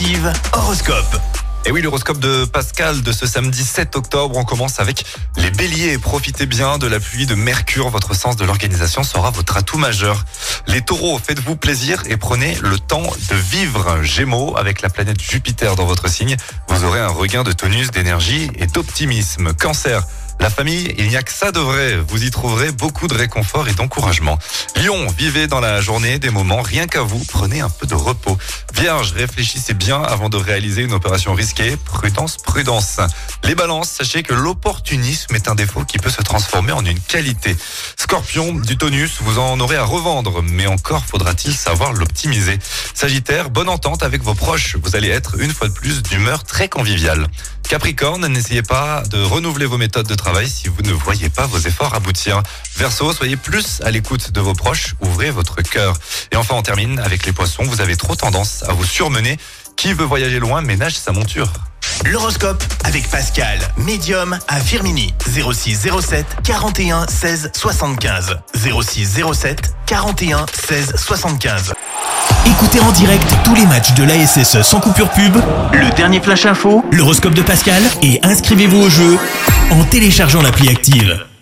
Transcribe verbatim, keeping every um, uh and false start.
Active, horoscope. Et oui, l'horoscope de Pascal de ce samedi sept octobre, on commence avec les béliers. Profitez bien de la pluie de Mercure, votre sens de l'organisation sera votre atout majeur. Les taureaux, faites-vous plaisir et prenez le temps de vivre. Gémeaux, avec la planète Jupiter dans votre signe, vous aurez un regain de tonus, d'énergie et d'optimisme. Cancer, la famille, il n'y a que ça de vrai. Vous y trouverez beaucoup de réconfort et d'encouragement. Lion, vivez dans la journée des moments rien qu'à vous. Prenez un peu de repos. Vierge, réfléchissez bien avant de réaliser une opération risquée. Prudence, prudence. Les balances, sachez que l'opportunisme est un défaut qui peut se transformer en une qualité. Scorpion, du tonus, vous en aurez à revendre, mais encore faudra-t-il savoir l'optimiser. Sagittaire, bonne entente avec vos proches. Vous allez être une fois de plus d'humeur très conviviale. Capricorne, n'essayez pas de renouveler vos méthodes de travail si vous ne voyez pas vos efforts aboutir. Verseau, soyez plus à l'écoute de vos proches, ouvrez votre cœur. Et enfin, on termine avec les poissons, vous avez trop tendance à vous surmener. Qui veut voyager loin ménage sa monture. L'horoscope avec Pascal, médium à Firmini. zéro six zéro sept quarante et un seize soixante-quinze. zéro six zéro sept quarante et un seize soixante-quinze. Écoutez en direct tous les matchs de l'A S S sans coupure pub, le dernier flash info, l'horoscope de Pascal et inscrivez-vous au jeu en téléchargeant l'appli Active.